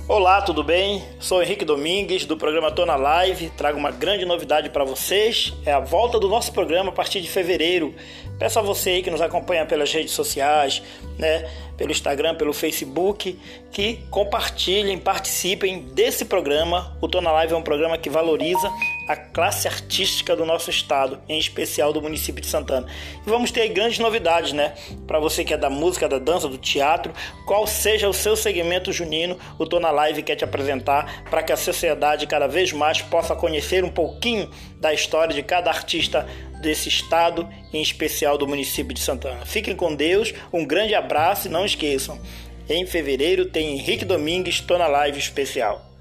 Olá, tudo bem? Sou Henrique Domingues, do programa Tô na Live. Trago uma grande novidade para vocês. É a volta do nosso programa a partir de fevereiro. Peço a você aí que nos acompanha pelas redes sociais, pelo Instagram, pelo Facebook, que compartilhem, participem desse programa. O Tô na Live é um programa que valoriza a classe artística do nosso estado, em especial do município de Santana. E vamos ter grandes novidades, Para você que é da música, da dança, do teatro, qual seja o seu segmento junino, o Tô na Live quer te apresentar para que a sociedade cada vez mais possa conhecer um pouquinho da história de cada artista desse estado, em especial do município de Santana. Fiquem com Deus, um grande abraço e não esqueçam, em fevereiro tem Henrique Domingues, Tô na Live especial.